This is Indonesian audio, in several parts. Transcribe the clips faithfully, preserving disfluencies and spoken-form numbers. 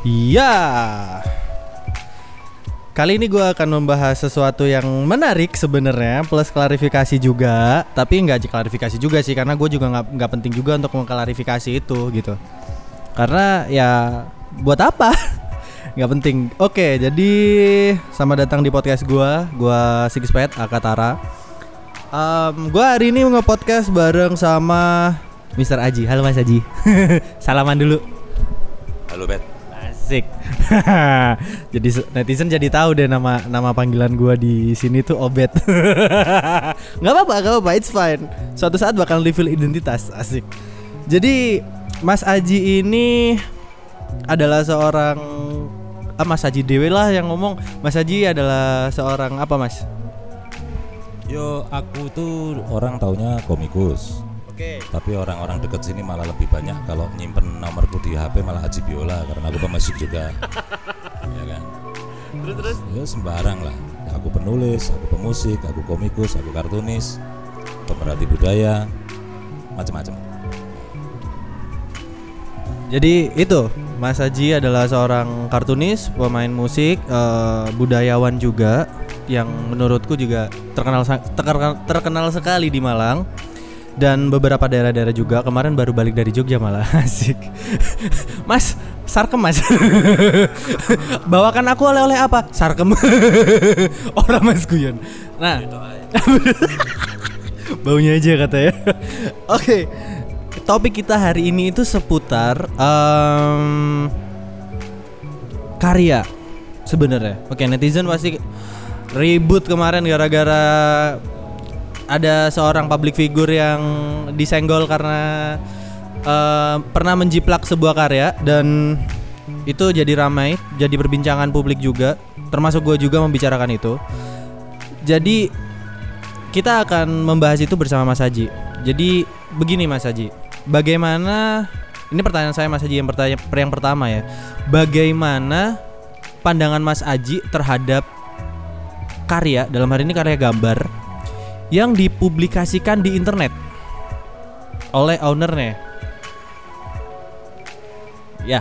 Iya. Kali ini gue akan membahas sesuatu yang menarik sebenarnya, plus klarifikasi juga. Tapi nggak klarifikasi juga sih, karena gue juga nggak nggak penting juga untuk mengklarifikasi itu gitu. Karena ya buat apa? Nggak penting. Oke, jadi selamat datang di podcast gue. Gue Sigispet Akatara. Um, gue hari ini nge-podcast bareng sama Mister Aji. Halo Mas Aji. Salaman dulu. Halo Bet. Asik. Jadi netizen jadi tahu deh nama nama panggilan gue di sini tuh Obet. Nggak apa-apa, nggak apa-apa, it's fine. Suatu saat bakal reveal identitas. Asik. Jadi Mas Aji ini adalah seorang ah, Mas Aji Dewe lah yang ngomong. Mas Aji adalah seorang apa Mas? Yo, aku tuh orang taunya komikus. Oke. Tapi orang-orang deket sini malah lebih banyak kalau nyimpen nomorku di H P malah Aji Biola karena aku pemusik juga. Ya kan. Terus terus. Ya sembarang lah. Aku penulis, aku pemusik, aku komikus, aku kartunis, pemerhati budaya, macam-macam. Jadi itu Mas Aji adalah seorang kartunis, pemain musik, uh, budayawan juga yang menurutku juga terkenal terkenal, terkenal sekali di Malang. Dan beberapa daerah-daerah juga. Kemarin baru balik dari Jogja malah. Asik. Mas, sarkem Mas. Bawakan aku oleh-oleh apa? Sarkem. Orang Mas Guyon. Nah, baunya aja katanya. Oke, okay. Topik kita hari ini itu seputar um, karya sebenarnya. Oke, okay, netizen pasti ribut kemarin gara-gara ada seorang public figure yang disenggol karena uh, pernah menjiplak sebuah karya. Dan itu jadi ramai, jadi perbincangan publik juga. Termasuk gue juga membicarakan itu. Jadi kita akan membahas itu bersama Mas Haji. Jadi begini Mas Haji, bagaimana, ini pertanyaan saya Mas Haji yang, pertanya, yang pertama ya, bagaimana pandangan Mas Haji terhadap karya, dalam hari ini karya gambar yang dipublikasikan di internet oleh ownernya. Ya.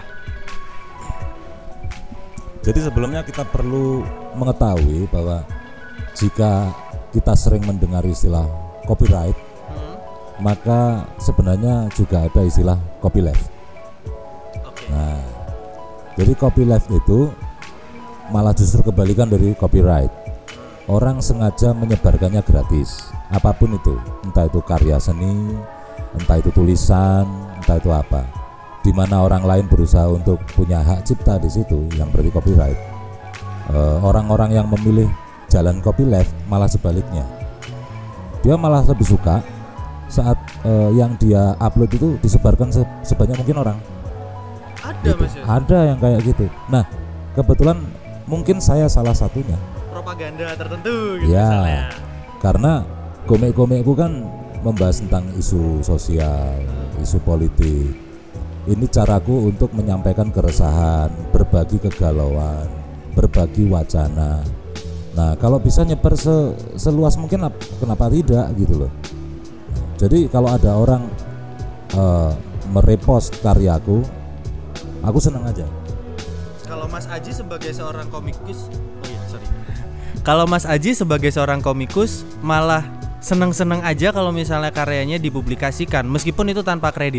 Jadi sebelumnya kita perlu mengetahui bahwa jika kita sering mendengar istilah copyright, hmm. maka sebenarnya juga ada istilah copyleft. Okay. Nah, jadi copyleft itu malah justru kebalikan dari copyright. Orang sengaja menyebarkannya gratis, apapun itu, entah itu karya seni, entah itu tulisan, entah itu apa, di mana orang lain berusaha untuk punya hak cipta di situ, yang berarti copyright. E, orang-orang yang memilih jalan copyleft malah sebaliknya, dia malah lebih suka saat e, yang dia upload itu disebarkan se- sebanyak mungkin orang. Ada gitu. Mas ya? Ada yang kayak gitu. Nah, kebetulan mungkin saya salah satunya. Propaganda tertentu gitu ya, misalnya. Karena komik-komikku kan membahas tentang isu sosial, isu politik. Ini caraku untuk menyampaikan keresahan, berbagi kegalauan, berbagi wacana. Nah, kalau bisa nyebar se- seluas mungkin, kenapa tidak gitu loh. Jadi kalau ada orang uh, merepost karyaku, aku senang aja. Kalau Mas Aji sebagai seorang komikus, oh iya sorry. Kalau Mas Aji sebagai seorang komikus malah seneng-seneng aja kalau misalnya karyanya dipublikasikan meskipun itu tanpa kredit.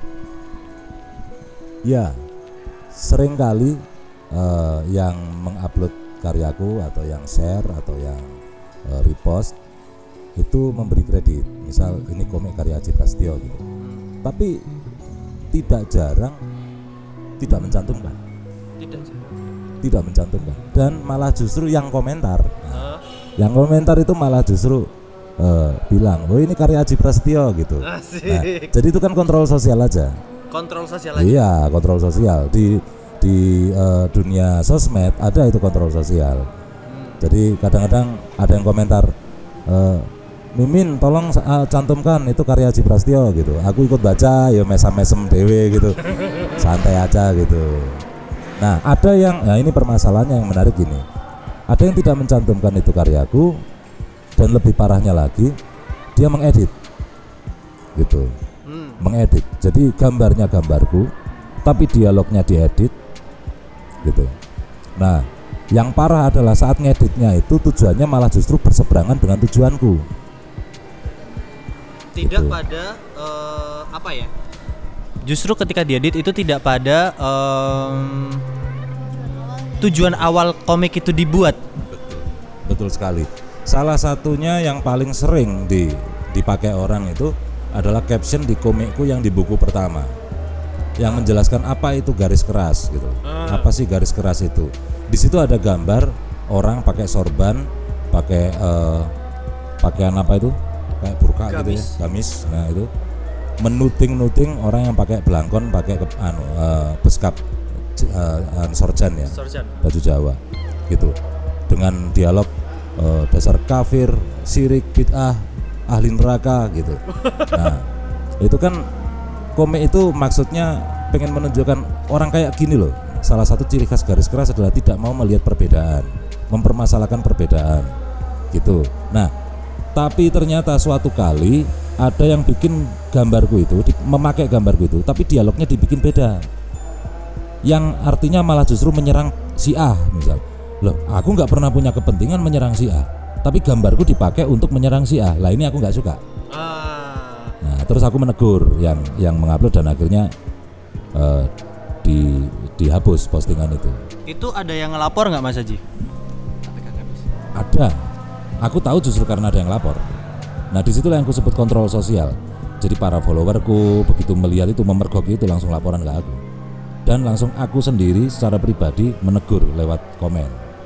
Ya, seringkali uh, yang mengupload karyaku atau yang share atau yang uh, repost itu memberi kredit. Misal ini komik karya Aji Prasetyo gitu. Tapi tidak jarang tidak mencantumkan. Tidak jarang. Tidak mencantumkan, dan malah justru yang komentar, huh? yang komentar itu malah justru uh, bilang, oh ini karya Aji Prasetyo gitu. Nah, jadi itu kan kontrol sosial aja. Kontrol sosial aja. Iya, kontrol sosial di di uh, dunia sosmed ada itu kontrol sosial. Hmm. Jadi kadang-kadang ada yang komentar, uh, Mimin tolong uh, cantumkan itu karya Aji Prasetyo gitu. Aku ikut baca, ya mesam-mesem dewe gitu, santai aja gitu. Nah, ada yang, nah ini permasalahannya yang menarik gini. Ada yang tidak mencantumkan itu karyaku, dan lebih parahnya lagi, dia mengedit, gitu, hmm. mengedit. Jadi gambarnya gambarku, tapi dialognya diedit, gitu. Nah, yang parah adalah saat ngeditnya itu tujuannya malah justru berseberangan dengan tujuanku. Tidak gitu. pada uh, apa ya? Justru ketika diedit itu tidak pada um, tujuan awal komik itu dibuat. Betul, betul sekali. Salah satunya yang paling sering di, dipakai orang itu adalah caption di komikku yang di buku pertama, yang menjelaskan apa itu garis keras gitu. Uh. Apa sih garis keras itu? Di situ ada gambar orang pakai sorban, pakai uh, pakaian apa itu? Kayak burka gitu ya, gamis. Nah itu menuting-nuting orang yang pakai belangkon, pakai ke, anu uh, beskap uh, uh, sorjan ya, sorjan. Baju Jawa gitu. Dengan dialog uh, dasar kafir, syirik, bid'ah, ahli neraka gitu. Nah, itu kan komik itu maksudnya pengen menunjukkan orang kayak gini loh. Salah satu ciri khas garis keras adalah tidak mau melihat perbedaan, mempermasalahkan perbedaan gitu. Nah, tapi ternyata suatu kali ada yang bikin gambarku itu, di, memakai gambarku itu, tapi dialognya dibikin beda. Yang artinya malah justru menyerang si A misal. Loh, aku nggak pernah punya kepentingan menyerang si A, tapi gambarku dipakai untuk menyerang si A. Lah ini aku nggak suka. Ah. Nah, terus aku menegur yang yang mengupload dan akhirnya uh, di dihapus postingan itu. Itu ada yang ngelapor nggak Mas Haji? Ada. Aku tahu justru karena ada yang lapor. Nah, disitulah yang aku sebut kontrol sosial. Jadi para followerku begitu melihat itu memergoki itu langsung laporan ke aku. Dan langsung aku sendiri secara pribadi menegur lewat komen.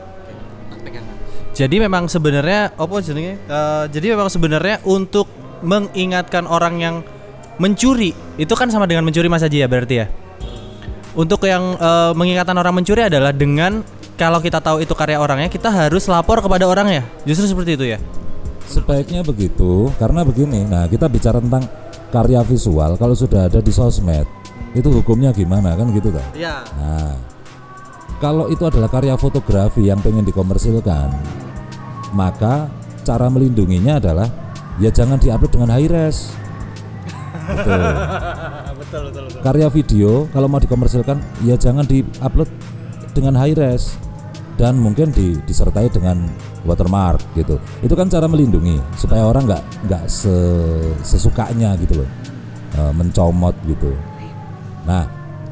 Jadi memang sebenarnya apa jenenge? Uh, jadi memang sebenarnya untuk mengingatkan orang yang mencuri itu kan sama dengan mencuri Mas Haji ya berarti ya. Untuk yang uh, mengingatkan orang mencuri adalah dengan kalau kita tahu itu karya orangnya kita harus lapor kepada orangnya. Justru seperti itu ya. Sebaiknya begitu karena begini. Nah, kita bicara tentang karya visual kalau sudah ada di sosmed itu hukumnya gimana kan gitu kan? Iya. Nah, kalau itu adalah karya fotografi yang pengen dikomersilkan, maka cara melindunginya adalah ya jangan diupload dengan high res. Betul. betul, betul, betul. Karya video kalau mau dikomersilkan ya jangan diupload dengan high res dan mungkin di, disertai dengan watermark gitu. Itu kan cara melindungi supaya orang nggak nggak sesukanya gitu loh, e, mencomot gitu. Nah,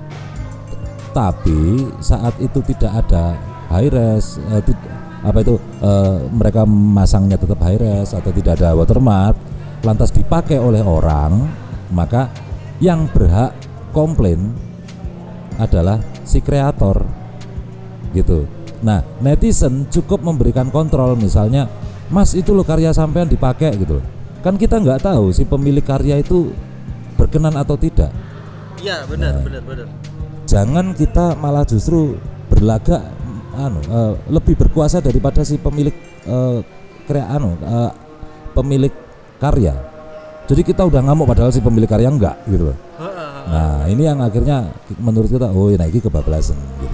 tapi saat itu tidak ada high res, e, t- apa itu e, mereka masangnya tetap high res atau tidak ada watermark, lantas dipakai oleh orang, maka yang berhak komplain adalah si kreator gitu. Nah, netizen cukup memberikan kontrol, misalnya, Mas itu lo karya sampean dipakai gitu loh. Kan kita nggak tahu si pemilik karya itu berkenan atau tidak. Iya benar, nah, benar, benar. Jangan kita malah justru berlagak, anu, uh, lebih berkuasa daripada si pemilik uh, karya, anu, uh, pemilik karya. Jadi kita udah ngamuk padahal si pemilik karya enggak gitu loh. Nah, ini yang akhirnya menurut kita, oh ini kebablasan gitu.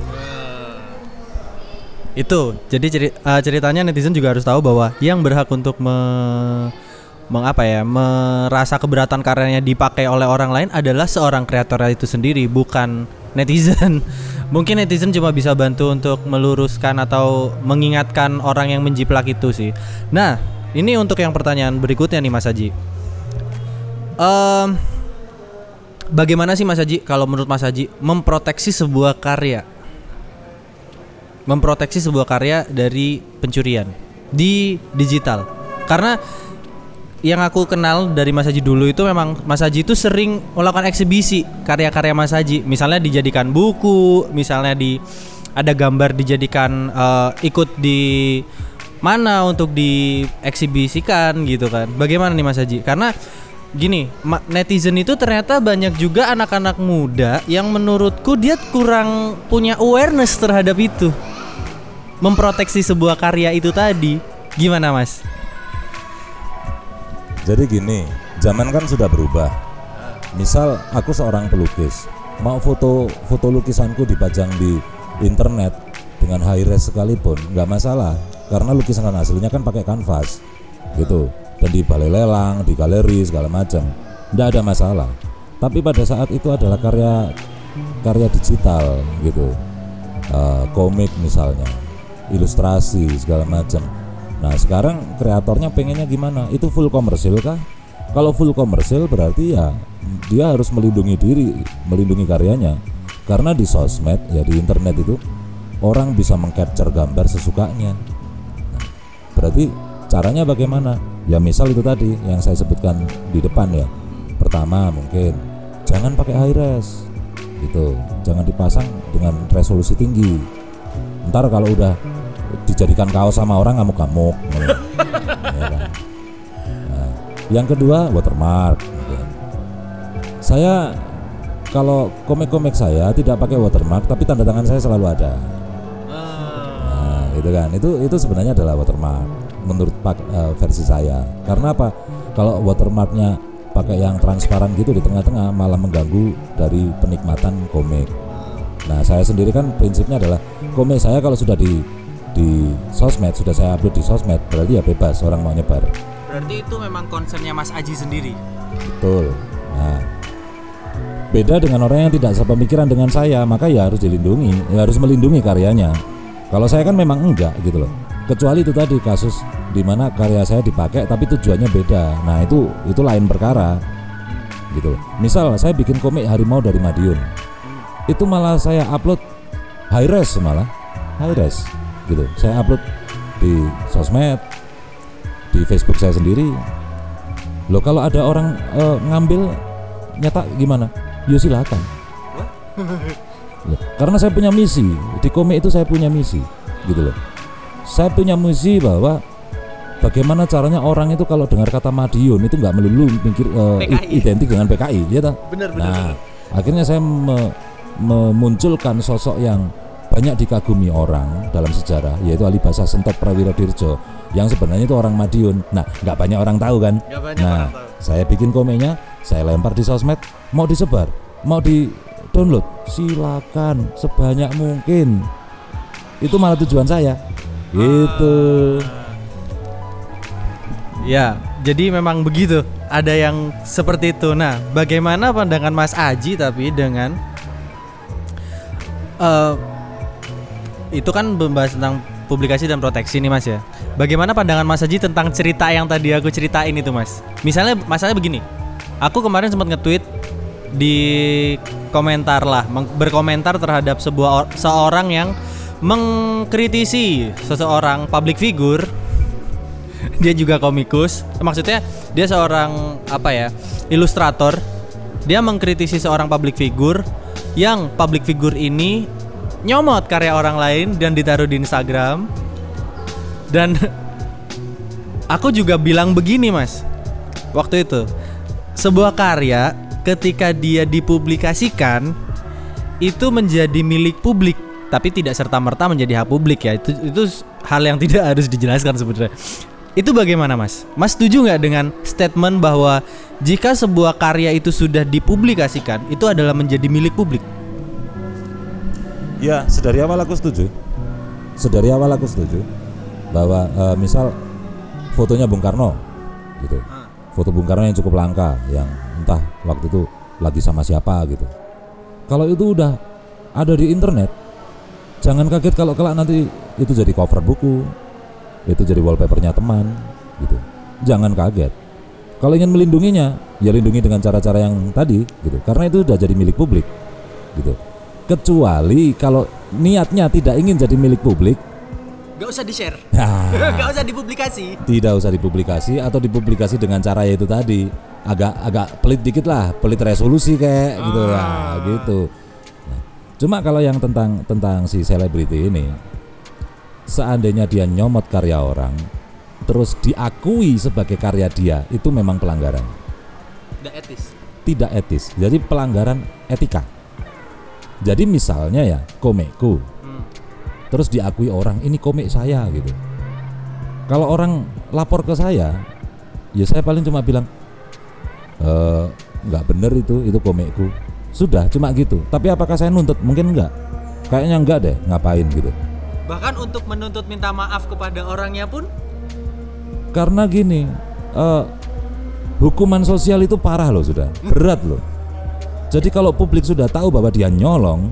Itu jadi ceri- uh, ceritanya netizen juga harus tahu bahwa yang berhak untuk me, mengapa ya merasa keberatan karyanya dipakai oleh orang lain adalah seorang kreator itu sendiri, bukan netizen. Mungkin netizen cuma bisa bantu untuk meluruskan atau mengingatkan orang yang menjiplak itu sih. Nah, ini untuk yang pertanyaan berikutnya nih Mas Haji. Um, bagaimana sih Mas Haji kalau menurut Mas Haji memproteksi sebuah karya? Memproteksi sebuah karya dari pencurian di digital. Karena yang aku kenal dari Mas Haji dulu itu memang Mas Haji itu sering melakukan eksibisi karya-karya Mas Haji. Misalnya dijadikan buku, misalnya di ada gambar dijadikan uh, ikut di mana untuk dieksibisikan gitu kan. Bagaimana nih Mas Haji? Karena gini, netizen itu ternyata banyak juga anak-anak muda yang menurutku dia kurang punya awareness terhadap itu. Memproteksi sebuah karya itu tadi. Gimana Mas? Jadi gini, zaman kan sudah berubah. Misal aku seorang pelukis, mau foto foto lukisanku dipajang di internet dengan high res sekalipun nggak masalah, karena lukisan aslinya kan pakai kanvas gitu, dan di balai lelang, di galeri segala macam, nggak ada masalah. Tapi pada saat itu adalah karya karya digital gitu. uh, komik misalnya, ilustrasi segala macam. Nah sekarang kreatornya pengennya gimana? Itu full komersil kah? Kalau full komersil berarti ya dia harus melindungi diri, melindungi karyanya. Karena di sosmed ya, di internet itu orang bisa mengcapture gambar sesukanya. Nah, berarti caranya bagaimana? Ya misal itu tadi yang saya sebutkan di depan ya. Pertama mungkin jangan pakai high res gitu, jangan dipasang dengan resolusi tinggi. Ntar kalau udah dijadikan kaos sama orang ngamuk-ngamuk. Ya kan? Nah, yang kedua watermark. Mungkin. Saya kalau komik-komik saya tidak pakai watermark, tapi tanda tangan saya selalu ada. Nah, gitu kan. Itu itu sebenarnya adalah watermark menurut pak, uh, versi saya. Karena apa? Kalau watermarknya pakai yang transparan gitu di tengah-tengah malah mengganggu dari penikmatan komik. Nah, saya sendiri kan prinsipnya adalah komik saya kalau sudah di di sosmed, sudah saya upload di sosmed, berarti ya bebas orang mau nyebar. Berarti itu memang concernnya Mas Aji sendiri. Betul. Nah, beda dengan orang yang tidak sepemikiran dengan saya, maka ya harus dilindungi, ya harus melindungi karyanya. Kalau saya kan memang enggak gitu loh. Kecuali itu tadi kasus di mana karya saya dipakai tapi tujuannya beda. Nah, itu itu lain perkara. Gitu loh. Misal saya bikin komik Harimau dari Madiun. Itu malah saya upload high res malah. High res gitu. Saya upload di sosmed, di Facebook saya sendiri. Loh, kalau ada orang uh, ngambil nyetak gimana? Ya silakan. Loh, karena saya punya misi di komik itu, saya punya misi gitu loh. Saya punya misi bahwa bagaimana caranya orang itu kalau dengar kata Madiun itu nggak melulu mikir uh, identik dengan P K I, ya toh? Benar, benar. Nah, benar. akhirnya saya me- memunculkan sosok yang banyak dikagumi orang dalam sejarah, yaitu Alibasa Sentot Prawirodirjo, yang sebenarnya itu orang Madiun. Nah, nggak banyak orang tahu kan? Nah, saya bikin komiknya, saya lempar di sosmed, mau disebar, mau di download, silakan sebanyak mungkin. Itu malah tujuan saya. Gitu. Ya, jadi memang begitu. Ada yang seperti itu. Nah, bagaimana pandangan Mas Aji tapi dengan uh, itu kan membahas tentang publikasi dan proteksi nih Mas ya. Bagaimana pandangan Mas Aji tentang cerita yang tadi aku ceritain itu Mas? Misalnya masalahnya begini. Aku kemarin sempat nge-tweet di komentar lah, berkomentar terhadap sebuah seorang yang mengkritisi seseorang public figure. Dia juga komikus. Maksudnya dia seorang apa ya? Ilustrator. Dia mengkritisi seorang public figure yang public figure ini nyomot karya orang lain dan ditaruh di Instagram. Dan aku juga bilang begini Mas, waktu itu, sebuah karya ketika dia dipublikasikan itu menjadi milik publik, tapi tidak serta-merta menjadi hak publik ya. Itu itu hal yang tidak harus dijelaskan sebenarnya. Itu bagaimana Mas? Mas setuju nggak dengan statement bahwa jika sebuah karya itu sudah dipublikasikan, itu adalah menjadi milik publik? Ya, sedari awal aku setuju. Sedari awal aku setuju bahwa uh, misal fotonya Bung Karno gitu. Foto Bung Karno yang cukup langka, yang entah waktu itu lagi sama siapa gitu. Kalau itu udah ada di internet, jangan kaget kalau kelak nanti itu jadi cover buku, itu jadi wallpapernya teman gitu. Jangan kaget. Kalau ingin melindunginya, ya lindungi dengan cara-cara yang tadi gitu. Karena itu udah jadi milik publik gitu. Kecuali kalau niatnya tidak ingin jadi milik publik, gak usah di-share. Nah, gak usah dipublikasi. Tidak usah dipublikasi atau dipublikasi dengan cara yaitu tadi. Agak agak pelit dikit lah, pelit resolusi kayak ah. gitu ya, gitu. Nah, cuma kalau yang tentang tentang si selebriti ini, seandainya dia nyomot karya orang terus diakui sebagai karya dia, itu memang pelanggaran. Tidak etis. Tidak etis. Jadi pelanggaran etika. Jadi misalnya ya komikku, hmm. terus diakui orang ini komik saya gitu. Kalau orang lapor ke saya, ya saya paling cuma bilang e, nggak bener itu, itu komikku. Sudah, cuma gitu. Tapi apakah saya nuntut? Mungkin enggak. Kayaknya enggak deh, ngapain gitu. Bahkan untuk menuntut minta maaf kepada orangnya pun? Karena gini, uh, hukuman sosial itu parah loh, sudah berat loh. Jadi kalau publik sudah tahu bahwa dia nyolong,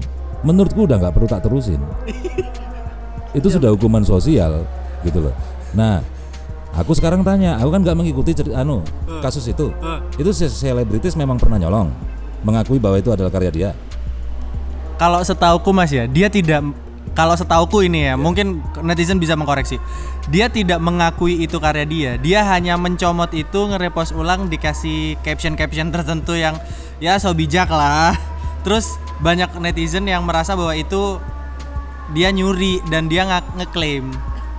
menurutku udah nggak perlu tak terusin. Itu sudah hukuman sosial gitu loh. Nah, aku sekarang tanya, aku kan nggak mengikuti cerita anu kasus itu. Itu selebritis memang pernah nyolong, mengakui bahwa itu adalah karya dia. Kalau setauku Mas ya, dia tidak. Kalau setauku ini ya, yeah. mungkin netizen bisa mengkoreksi. Dia tidak mengakui itu karya dia. Dia hanya mencomot itu, nge-repost ulang, dikasih caption-caption tertentu yang ya so bijak lah. Terus banyak netizen yang merasa bahwa itu dia nyuri dan dia nge- ngeklaim.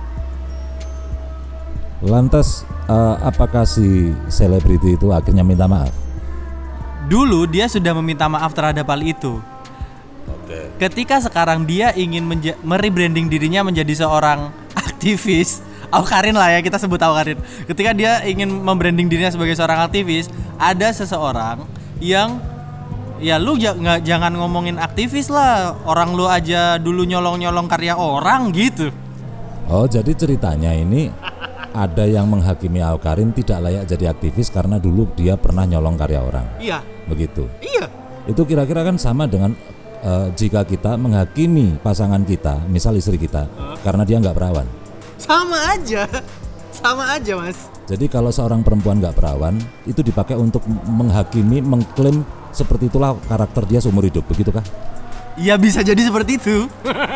Lantas uh, apakah si selebriti itu akhirnya minta maaf? Dulu dia sudah meminta maaf terhadap hal itu. Okay. Ketika sekarang dia ingin menja- merebranding dirinya menjadi seorang aktivis, Awkarin lah ya, kita sebut Awkarin. Ketika dia ingin membranding dirinya sebagai seorang aktivis, ada seseorang yang ya lu j- nggak jangan ngomongin aktivis lah, orang lu aja dulu nyolong-nyolong karya orang gitu. Oh, jadi ceritanya ini ada yang menghakimi Awkarin tidak layak jadi aktivis karena dulu dia pernah nyolong karya orang. Iya. Begitu. Iya. Itu kira-kira kan sama dengan uh, jika kita menghakimi pasangan kita, misal istri kita, uh. karena dia nggak perawan. Sama aja, sama aja Mas. Jadi kalau seorang perempuan nggak perawan, itu dipakai untuk menghakimi, mengklaim seperti itulah karakter dia seumur hidup, begitukah? Ya bisa jadi seperti itu.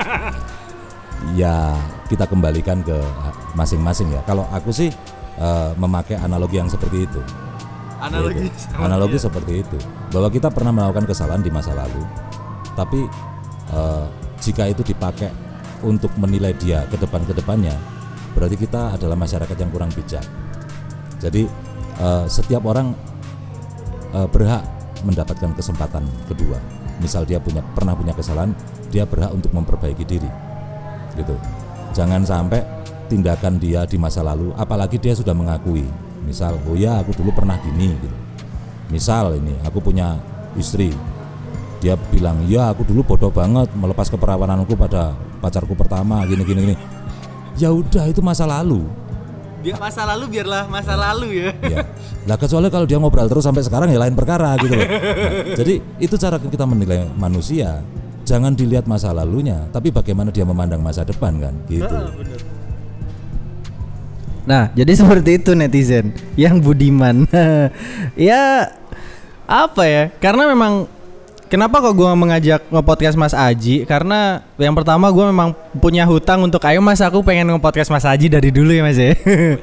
Ya kita kembalikan ke masing-masing ya. Kalau aku sih uh, memakai analogi yang seperti itu. Analogi, gitu. Analogi iya. Seperti itu, bahwa kita pernah melakukan kesalahan di masa lalu, tapi uh, jika itu dipakai untuk menilai dia ke depan ke depannya, berarti kita adalah masyarakat yang kurang bijak. Jadi uh, setiap orang uh, berhak mendapatkan kesempatan kedua. Misal dia punya pernah punya kesalahan, dia berhak untuk memperbaiki diri. Gitu. Jangan sampai tindakan dia di masa lalu, apalagi dia sudah mengakui. Misal, oh ya aku dulu pernah gini gitu. Misal ini, aku punya istri, dia bilang, ya aku dulu bodoh banget melepas keperawananku pada pacarku pertama, gini gini gini. Ya udah, itu masa lalu. Biar masa lalu biarlah masa lalu ya. Ya. Lah kecuali kalau dia ngobrol terus sampai sekarang ya lain perkara gitu loh. Nah, jadi itu cara kita menilai manusia. Jangan dilihat masa lalunya, tapi bagaimana dia memandang masa depan kan, gitu. Ah, bener. Nah, jadi seperti itu netizen yang budiman. Ya apa ya? Karena memang kenapa kok gue mengajak nge-podcast Mas Aji? Karena yang pertama gue memang punya hutang untuk ayo Mas, aku pengen nge-podcast Mas Aji dari dulu ya Mas ya.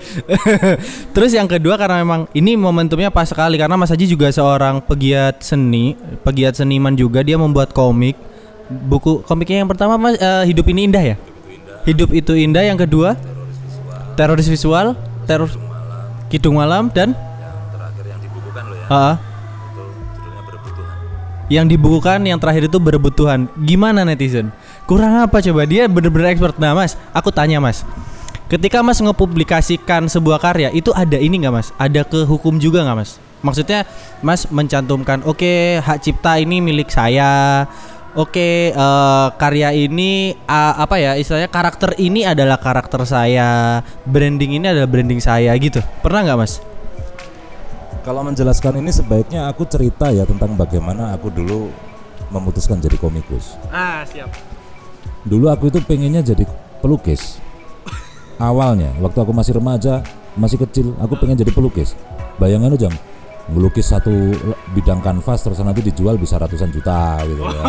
Terus yang kedua karena memang ini momentumnya pas sekali karena Mas Aji juga seorang pegiat seni, pegiat seniman juga. Dia membuat komik. Buku komiknya yang pertama Mas uh, Hidup Ini Indah ya? Hidup Itu Indah. Yang kedua Teroris Visual, Teror Kidung Malam, dan yang terakhir yang dibukukan loh ya. Uh-uh. Itu judulnya Berebut Tuhan. Yang dibukukan yang terakhir itu Berebut Tuhan. Gimana netizen? Kurang apa coba? Dia benar-benar expert. Nah Mas, aku tanya Mas, ketika Mas ngepublikasikan sebuah karya itu ada ini nggak Mas? Ada ke hukum juga nggak Mas? Maksudnya Mas mencantumkan, oke okay, hak cipta ini milik saya. Oke, uh, karya ini uh, apa ya istilahnya, karakter ini adalah karakter saya, branding ini adalah branding saya gitu. Pernah nggak Mas? Kalau menjelaskan ini sebaiknya aku cerita ya tentang bagaimana aku dulu memutuskan jadi komikus. Ah siap. Dulu aku itu pengennya jadi pelukis. Awalnya waktu aku masih remaja, masih kecil, aku pengen jadi pelukis. Bayangan aja, ngelukis satu bidang kanvas terus nanti dijual bisa ratusan juta gitu ya.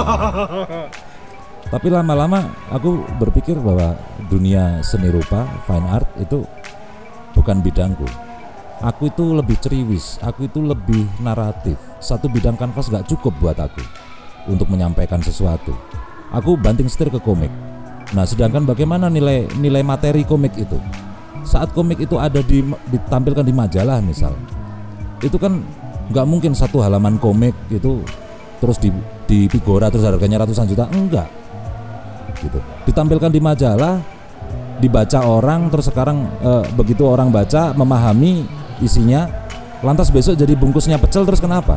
Tapi lama-lama aku berpikir bahwa dunia seni rupa, fine art itu bukan bidangku. Aku itu lebih ceriwis, aku itu lebih naratif. Satu bidang kanvas gak cukup buat aku untuk menyampaikan sesuatu. Aku banting setir ke komik. Nah, sedangkan bagaimana nilai nilai materi komik itu? Saat komik itu ada di, ditampilkan di majalah misal, itu kan nggak mungkin satu halaman komik itu terus di di Figora terus harganya ratusan juta, enggak gitu. Ditampilkan di majalah, dibaca orang, terus sekarang eh, begitu orang baca memahami isinya, lantas besok jadi bungkusnya pecel, terus kenapa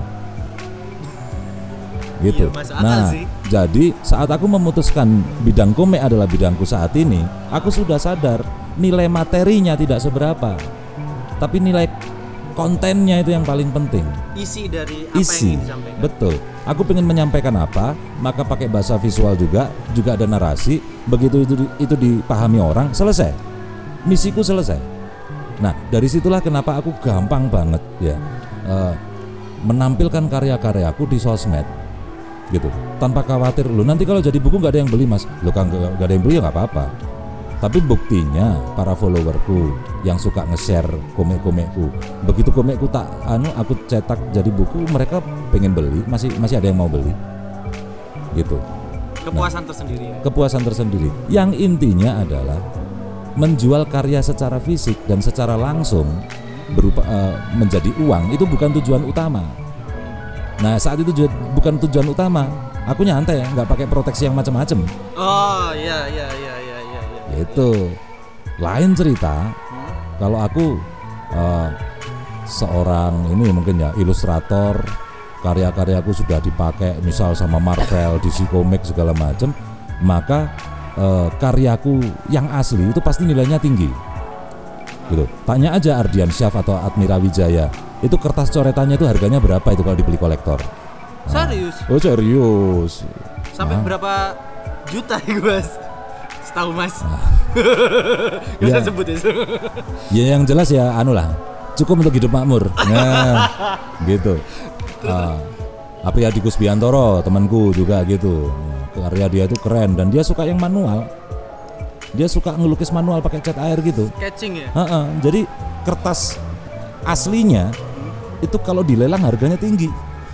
gitu. Iya, nah sih. Jadi saat aku memutuskan bidang komik adalah bidangku saat ini, aku sudah sadar nilai materinya tidak seberapa, tapi nilai kontennya itu yang paling penting. Isi dari apa Isi, yang disampaikan. betul. Aku pengen menyampaikan apa, maka pakai bahasa visual juga, juga ada narasi. Begitu itu itu dipahami orang, selesai. Misiku selesai. Nah, dari situlah kenapa aku gampang banget ya uh, menampilkan karya-karyaku di sosmed, gitu. Tanpa khawatir, lo nanti kalau jadi buku nggak ada yang beli mas, lo kan nggak ada yang beli ya nggak apa-apa. Tapi buktinya para followerku yang suka nge-share komik-komikku, begitu komikku tak anu aku cetak jadi buku, mereka pengen beli, masih masih ada yang mau beli, gitu. Kepuasan nah, tersendiri. Ya? Kepuasan tersendiri. Yang intinya adalah menjual karya secara fisik dan secara langsung berupa uh, menjadi uang itu bukan tujuan utama. Nah saat itu bukan tujuan utama, aku nyantai ya, nggak pakai proteksi yang macam-macam. Oh iya iya iya iya. Itu lain cerita hmm? Kalau aku uh, seorang ini mungkin ya ilustrator, karya-karyaku sudah dipakai misal sama Marvel, D C Comics segala macam, maka uh, karyaku yang asli itu pasti nilainya tinggi gitu. Tanya aja Ardian Syaf atau Admira Wijaya, itu kertas coretannya itu harganya berapa itu kalau dibeli kolektor. Nah, serius? Oh serius. Sampai nah. berapa juta ya Mas? Tahu mas, nggak ya. usah sebut ya. Ya yang jelas ya, anu lah, cukup untuk hidup makmur. Nah, gitu. Uh, Apriyadi Kusbiantoro, temanku juga gitu. Karya dia itu keren dan dia suka yang manual. Dia suka ngelukis manual pakai cat air gitu. Sketching ya. Uh-uh. Jadi kertas aslinya itu kalau dilelang harganya tinggi.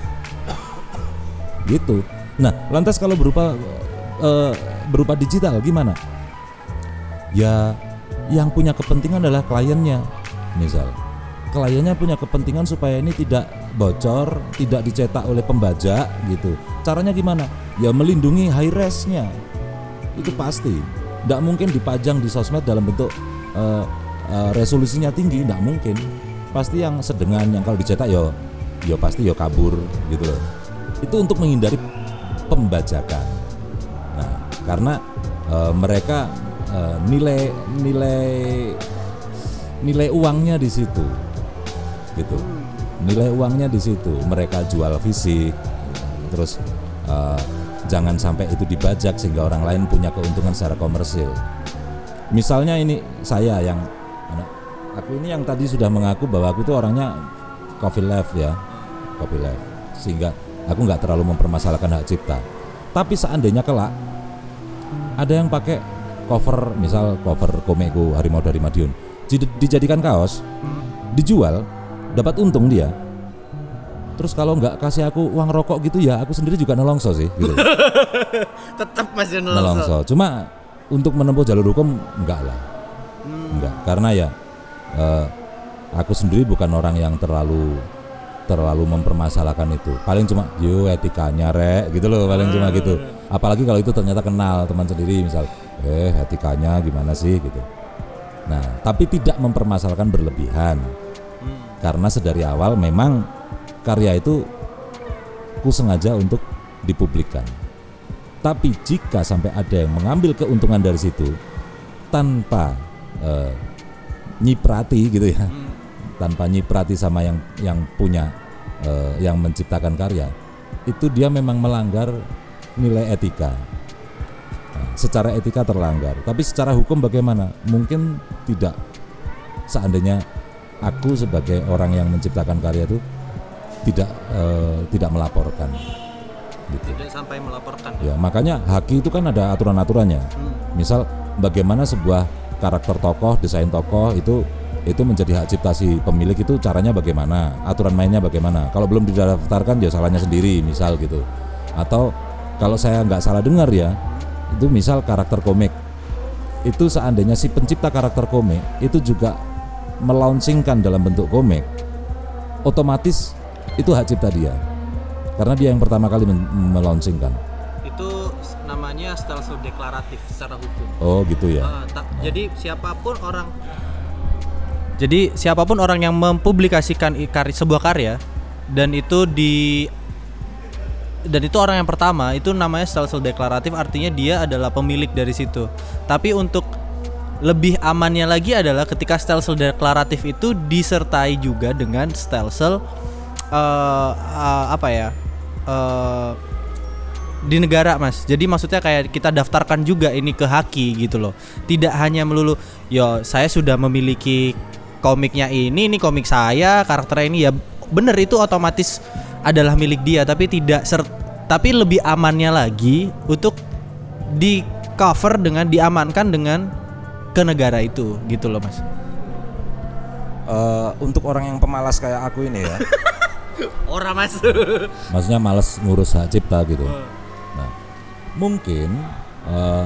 Gitu. Nah, lantas kalau berupa uh, berupa digital gimana? Ya yang punya kepentingan adalah kliennya. Misal kliennya punya kepentingan supaya ini tidak bocor, tidak dicetak oleh pembajak gitu. Caranya gimana? Ya melindungi high res-nya. Itu pasti. Tidak mungkin dipajang di sosmed dalam bentuk uh, uh, resolusinya tinggi, tidak mungkin. Pasti yang sedengan, yang kalau dicetak ya ya pasti ya kabur gitu loh. Itu untuk menghindari pembajakan. Nah, karena uh, mereka uh, nilai nilai nilai uangnya di situ, gitu. Nilai uangnya di situ. Mereka jual fisik, terus uh, jangan sampai itu dibajak sehingga orang lain punya keuntungan secara komersil. Misalnya ini saya yang, aku ini yang tadi sudah mengaku bahwa aku itu orangnya copyleft ya, copyleft, sehingga aku nggak terlalu mempermasalahkan hak cipta. Tapi seandainya kelak ada yang pakai cover, misal cover komikku Harimau dari Madiun, dijadikan kaos, dijual, dapat untung dia. Terus kalau nggak kasih aku uang rokok gitu ya, aku sendiri juga nelongso sih. Gitu. Tetap masih nelongso. nelongso. Cuma untuk menempuh jalur hukum enggak lah, hmm. enggak. Karena ya eh, aku sendiri bukan orang yang terlalu terlalu mempermasalahkan itu. Paling cuma yo etikanya rek gitu loh, paling cuma gitu. Apalagi kalau itu ternyata kenal teman sendiri misal, eh etikanya gimana sih gitu. Nah, tapi tidak mempermasalahkan berlebihan. Karena sedari awal memang karya itu ku sengaja untuk dipublikkan. Tapi jika sampai ada yang mengambil keuntungan dari situ tanpa eh, nyiprati gitu ya, tanpa nyiprati sama yang yang punya uh, yang menciptakan karya, itu dia memang melanggar nilai etika. Nah, secara etika terlanggar, tapi secara hukum bagaimana? Mungkin tidak. Seandainya aku sebagai orang yang menciptakan karya itu tidak uh, tidak melaporkan, gitu. Tidak sampai melaporkan. Ya makanya haki itu kan ada aturan-aturannya. Hmm. Misal bagaimana sebuah karakter tokoh, desain tokoh itu itu menjadi hak cipta si pemilik, itu caranya bagaimana, aturan mainnya bagaimana. Kalau belum didaftarkan ya salahnya sendiri misal gitu. Atau kalau saya nggak salah dengar ya, itu misal karakter komik itu seandainya si pencipta karakter komik itu juga melaunchingkan dalam bentuk komik, otomatis itu hak cipta dia karena dia yang pertama kali melaunchingkan. Itu namanya style deklaratif secara hukum. Oh gitu ya. Uh, ta- oh. Jadi siapapun orang Jadi siapapun orang yang mempublikasikan karya, sebuah karya dan itu di dan itu orang yang pertama, itu namanya style deklaratif, artinya dia adalah pemilik dari situ. Tapi untuk lebih amannya lagi adalah ketika stelsel deklaratif itu disertai juga dengan stelsel uh, uh, apa ya uh, di negara, Mas. Jadi maksudnya kayak kita daftarkan juga ini ke Haki gitu loh. Tidak hanya melulu yo saya sudah memiliki komiknya ini, ini komik saya, karakternya ini, ya bener itu otomatis adalah milik dia, tapi tidak ser- tapi lebih amannya lagi untuk di cover dengan diamankan dengan ke negara itu gitu loh, Mas. Uh, untuk orang yang pemalas kayak aku ini ya. Ora, Mas. Maksudnya malas ngurus hak cipta gitu. Nah, mungkin uh,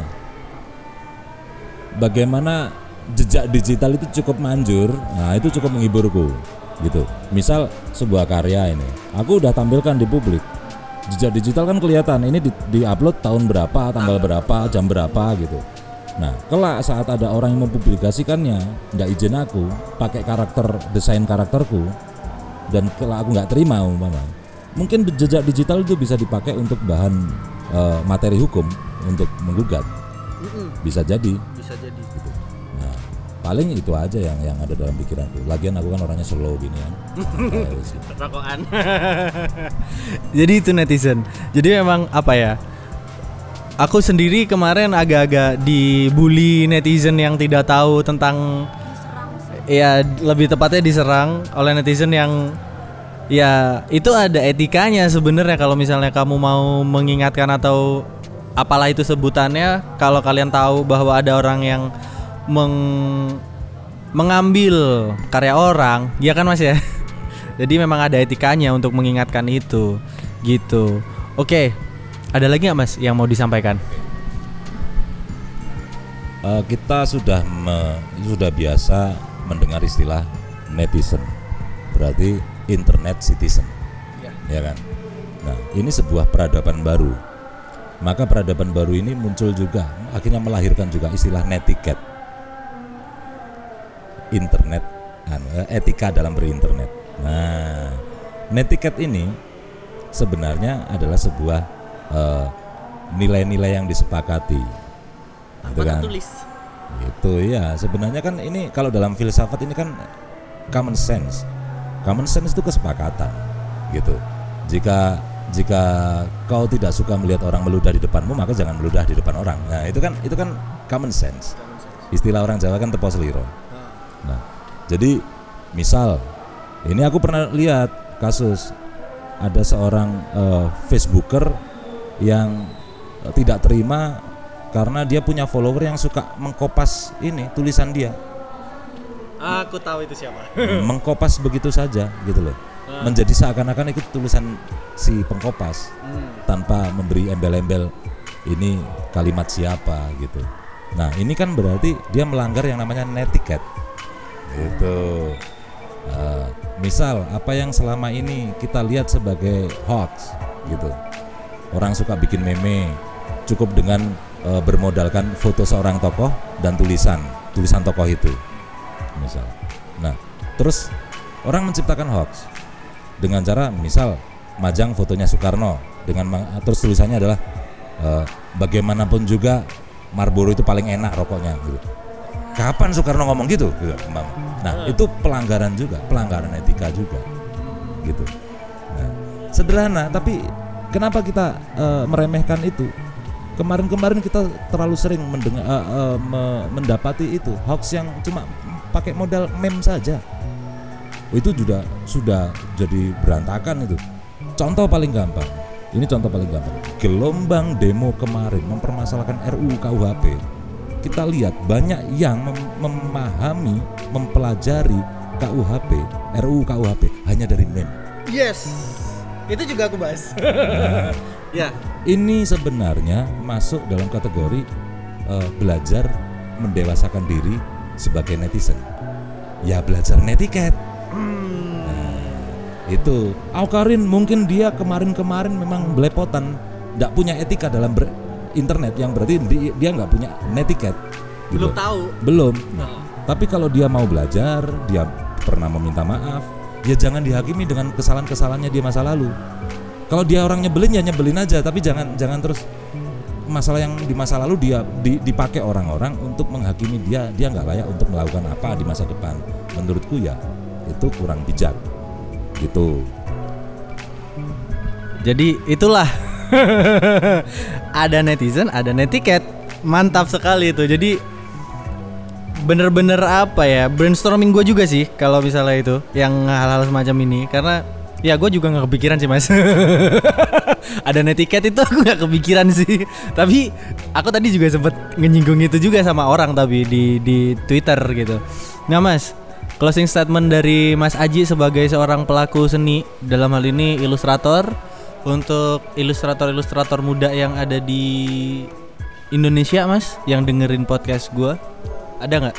bagaimana jejak digital itu cukup manjur. Nah, itu cukup menghiburku gitu. Misal sebuah karya ini, aku udah tampilkan di publik. Jejak digital kan kelihatan, ini di, di-upload tahun berapa, tanggal berapa, jam berapa gitu. Nah, kelak saat ada orang yang mempublikasikannya, nggak izin aku, pakai karakter, desain karakterku, dan kelak aku nggak terima umpama, mungkin jejak digital itu bisa dipakai untuk bahan uh, materi hukum untuk menggugat. Bisa jadi. Bisa jadi. Gitu. Nah, paling itu aja yang yang ada dalam pikiranku. Lagian aku kan orangnya slow gini kan. Rokokan. Jadi itu netizen. Jadi memang apa ya? Aku sendiri kemarin agak-agak dibully netizen yang tidak tahu tentang, ya lebih tepatnya diserang oleh netizen yang ya itu ada etikanya sebenarnya. Kalau misalnya kamu mau mengingatkan atau apalah itu sebutannya, kalau kalian tahu bahwa ada orang yang meng- mengambil karya orang, ya kan Mas ya. Jadi memang ada etikanya untuk mengingatkan itu gitu. Oke. Ada lagi nggak Mas yang mau disampaikan? Uh, kita sudah me, sudah biasa mendengar istilah netizen, berarti internet citizen, ya. Ya kan? Nah, ini sebuah peradaban baru. Maka peradaban baru ini muncul juga, akhirnya melahirkan juga istilah netiquette, internet, etika dalam berinternet. Nah, netiquette ini sebenarnya adalah sebuah Uh, nilai-nilai yang disepakati, gitu kan? Tulis. Itu ya, sebenarnya kan ini kalau dalam filsafat ini kan common sense. Common sense itu kesepakatan, gitu. Jika jika kau tidak suka melihat orang meludah di depanmu, maka jangan meludah di depan orang. Nah, itu kan itu kan common sense. Istilah orang Jawa kan tepo seliro. Nah, jadi misal ini aku pernah lihat kasus ada seorang uh, Facebooker yang tidak terima karena dia punya follower yang suka mengkopas ini tulisan dia. Aku tahu itu siapa. Mengkopas begitu saja gitu loh. Hmm. Menjadi seakan-akan itu tulisan si pengkopas, hmm. tanpa memberi embel-embel ini kalimat siapa gitu. Nah, ini kan berarti dia melanggar yang namanya netiquette. Gitu. Uh, misal apa yang selama ini kita lihat sebagai hoax gitu. Orang suka bikin meme, cukup dengan e, bermodalkan foto seorang tokoh dan tulisan, tulisan tokoh itu, misal. Nah, terus orang menciptakan hoax dengan cara, misal, majang fotonya Soekarno dengan terus tulisannya adalah e, bagaimanapun juga Marlboro itu paling enak rokoknya. Gitu. Kapan Soekarno ngomong gitu? Gitu. Nah, itu pelanggaran juga, pelanggaran etika juga, gitu. Nah, sederhana tapi kenapa kita uh, meremehkan itu? Kemarin-kemarin kita terlalu sering mendengar, uh, uh, me- mendapati itu hoax yang cuma pakai modal meme saja. Itu juga sudah jadi berantakan itu. Contoh paling gampang. Ini contoh paling gampang. Gelombang demo kemarin mempermasalahkan R U U K U H P. Kita lihat banyak yang mem- memahami, mempelajari K U H P, R U U K U H P hanya dari meme. Yes. Itu juga aku bahas. Nah, ya. Ini sebenarnya masuk dalam kategori uh, belajar mendewasakan diri sebagai netizen. Ya belajar netiquette. Hmm. Nah, itu. Aukarin mungkin dia kemarin-kemarin memang belepotan, tidak punya etika dalam berinternet, yang berarti di, dia nggak punya netiquette. Gitu. Belum tahu. Belum. Nah, oh. Tapi kalau dia mau belajar, dia pernah meminta maaf, ya jangan dihakimi dengan kesalahan-kesalahannya di masa lalu. Kalau dia orang nyebelin ya nyebelin aja, tapi jangan jangan terus masalah yang di masa lalu dia di, dipakai orang-orang untuk menghakimi dia, dia nggak layak untuk melakukan apa di masa depan. Menurutku ya itu kurang bijak gitu. Jadi itulah ada netizen, ada netiket, mantap sekali itu. Jadi bener-bener apa ya, brainstorming gue juga sih kalau misalnya itu yang hal-hal semacam ini, karena ya gue juga nggak kepikiran sih mas. Ada netiket itu aku nggak kepikiran sih. Tapi aku tadi juga sempet ngenyinggung itu juga sama orang tapi di di Twitter gitu. Nah mas, closing statement dari Mas Aji sebagai seorang pelaku seni, dalam hal ini ilustrator, untuk ilustrator-ilustrator muda yang ada di Indonesia mas, yang dengerin podcast gue, ada nggak?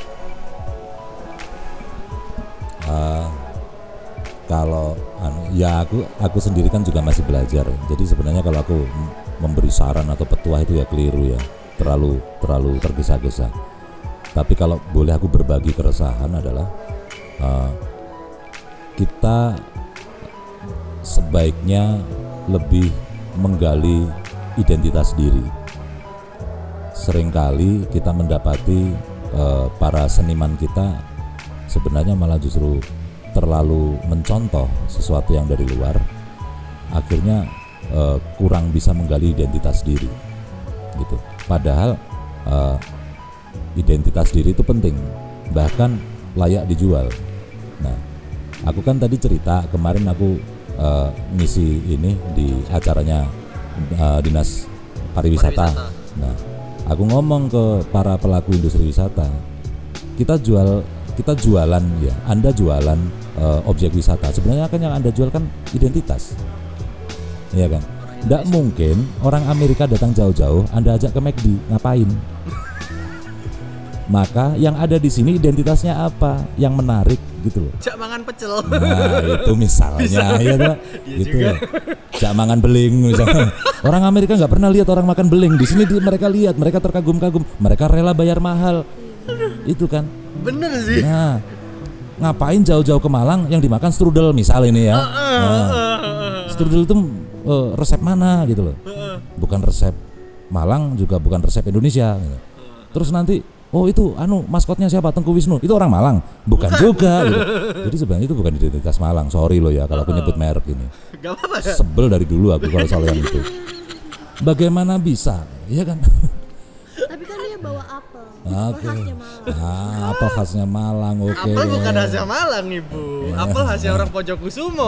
Uh, kalau ya aku aku sendiri kan juga masih belajar. Jadi sebenarnya kalau aku memberi saran atau petuah itu ya keliru ya, terlalu terlalu tergesa-gesa. Tapi kalau boleh aku berbagi keresahan adalah uh, kita sebaiknya lebih menggali identitas diri. Seringkali kita mendapati uh, para seniman kita sebenarnya malah justru terlalu mencontoh sesuatu yang dari luar, akhirnya uh, kurang bisa menggali identitas diri gitu. Padahal uh, identitas diri itu penting, bahkan layak dijual. Nah, aku kan tadi cerita kemarin aku uh, ngisi ini di acaranya uh, Dinas Pariwisata. Nah, aku ngomong ke para pelaku industri wisata, kita jual kita jualan ya, Anda jualan uh, objek wisata. Sebenarnya kan yang Anda jual kan identitas, iya kan? Nggak mungkin orang Amerika datang jauh-jauh Anda ajak ke McD, ngapain? Maka yang ada di sini identitasnya apa? Yang menarik gitu loh. Jak mangan pecel. Nah itu misalnya, ya tuh, gitu. Jak mangan beling misalnya. Orang Amerika nggak pernah lihat orang makan beling. Di sini di, mereka lihat, mereka terkagum-kagum, mereka rela bayar mahal. Itu kan. Bener sih. Nah, ngapain jauh-jauh ke Malang yang dimakan strudel misal ini ya? Nah, strudel itu uh, resep mana gitu loh? Bukan resep Malang, juga bukan resep Indonesia. Gitu. Terus nanti, oh itu anu maskotnya siapa? Tengku Wisnu. Itu orang Malang? Bukan juga. Gitu. Jadi sebenarnya itu bukan identitas Malang. Sorry loh ya kalau aku nyebut merek ini. Gak apa-apa ya? Sebel dari dulu aku kalau soal yang itu. Bagaimana bisa? Iya kan? Tapi kan dia bawa apel. Oke. Apel khasnya Malang. Ah, apel khasnya Malang. Oke. Okay. Apel bukan khasnya Malang ibu. Apel khasnya orang Pojokkusumo.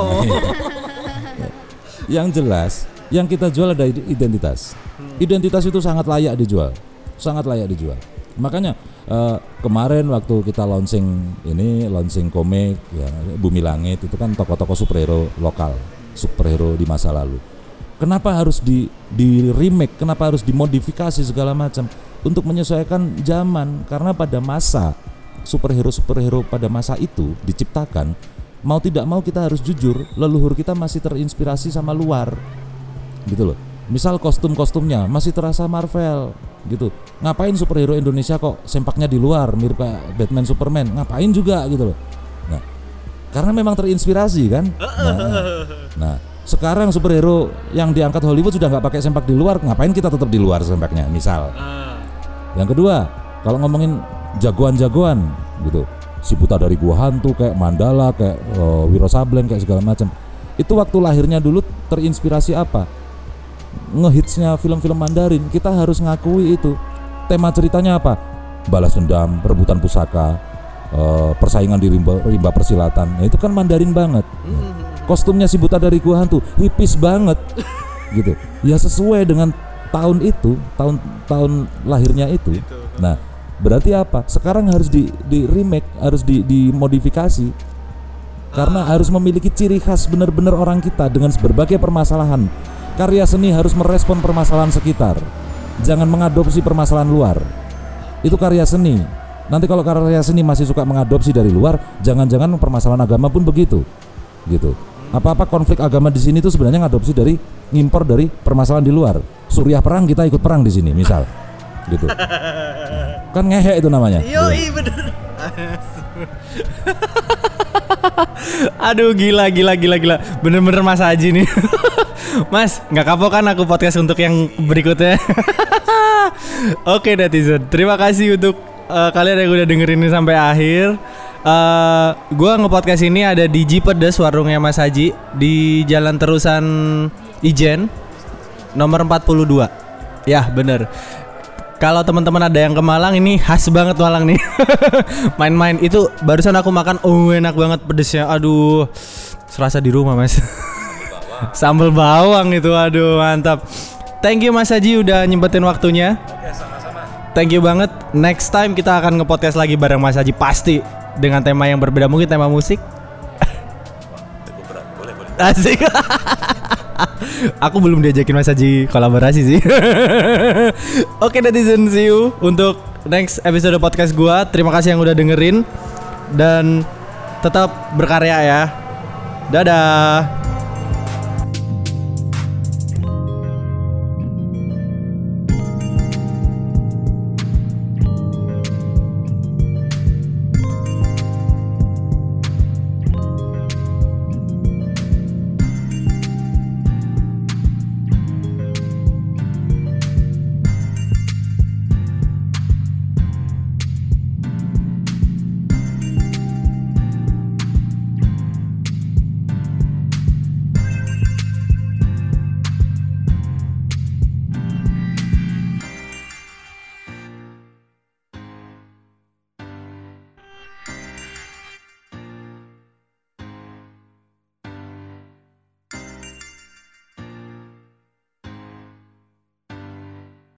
Yang jelas, yang kita jual ada identitas. Identitas itu sangat layak dijual, sangat layak dijual. Makanya uh, kemarin waktu kita launching ini, launching komik ya, Bumi Langit itu kan tokoh-tokoh superhero lokal, superhero di masa lalu. Kenapa harus di di remake? Kenapa harus dimodifikasi segala macam untuk menyesuaikan zaman? Karena pada masa superhero-superhero pada masa itu diciptakan, mau tidak mau kita harus jujur, leluhur kita masih terinspirasi sama luar, gitu loh. Misal kostum-kostumnya masih terasa Marvel, gitu. Ngapain superhero Indonesia kok sempaknya di luar mirip kayak Batman, Superman? Ngapain juga gitu loh. Nah, karena memang terinspirasi kan. Nah, nah sekarang superhero yang diangkat Hollywood sudah nggak pakai sempak di luar, ngapain kita tetap di luar sempaknya? Misal. Yang kedua, kalau ngomongin jagoan-jagoan, gitu. Si Buta dari Gua Hantu kayak Mandala, kayak uh, Wiro Sableng, kayak segala macam. Itu waktu lahirnya dulu terinspirasi apa? Ngehitsnya film-film Mandarin. Kita harus ngakui itu. Tema ceritanya apa? Balas dendam, rebutan pusaka, uh, persaingan di rimba, rimba persilatan. Nah, itu kan Mandarin banget. Kostumnya si Buta dari Gua Hantu hipis banget, gitu. Ya sesuai dengan tahun itu, tahun tahun lahirnya itu. Nah, berarti apa? Sekarang harus di, di remake, harus di, dimodifikasi. Karena harus memiliki ciri khas benar-benar orang kita dengan berbagai permasalahan. Karya seni harus merespon permasalahan sekitar. Jangan mengadopsi permasalahan luar. Itu karya seni. Nanti kalau karya seni masih suka mengadopsi dari luar, jangan-jangan permasalahan agama pun begitu. Gitu. Apa-apa konflik agama di sini itu sebenarnya ngadopsi dari ngimpor dari permasalahan di luar. Suriah perang, kita ikut perang di sini, misal. Gitu. Kan ngehe itu namanya. Yoi bener. Aduh gila gila gila gila. Bener-bener Mas Haji nih. Mas, nggak kapok kan aku podcast untuk yang berikutnya? Oke netizen, terima kasih untuk uh, kalian yang udah dengerin ini sampai akhir. Uh, gua nge-podcast ini ada di Jipedes, warungnya Mas Haji di Jalan Terusan Ijen nomor empat puluh dua. Ya bener. Kalau teman-teman ada yang ke Malang, ini khas banget Malang nih. Main-main itu barusan aku makan, oh enak banget pedesnya. Aduh, serasa di rumah Mas. Sambal bawang itu, aduh mantap. Thank you Mas Haji udah nyempetin waktunya. Oke, sama-sama. Thank you banget. Next time kita akan nge-podcast lagi bareng Mas Haji pasti dengan tema yang berbeda, mungkin tema musik. Cukup berat. Boleh, boleh. Asik. Aku belum diajakin Mas Haji kolaborasi sih. Oke netizen, see you untuk next episode podcast gua. Terima kasih yang udah dengerin dan tetap berkarya ya. Dadah.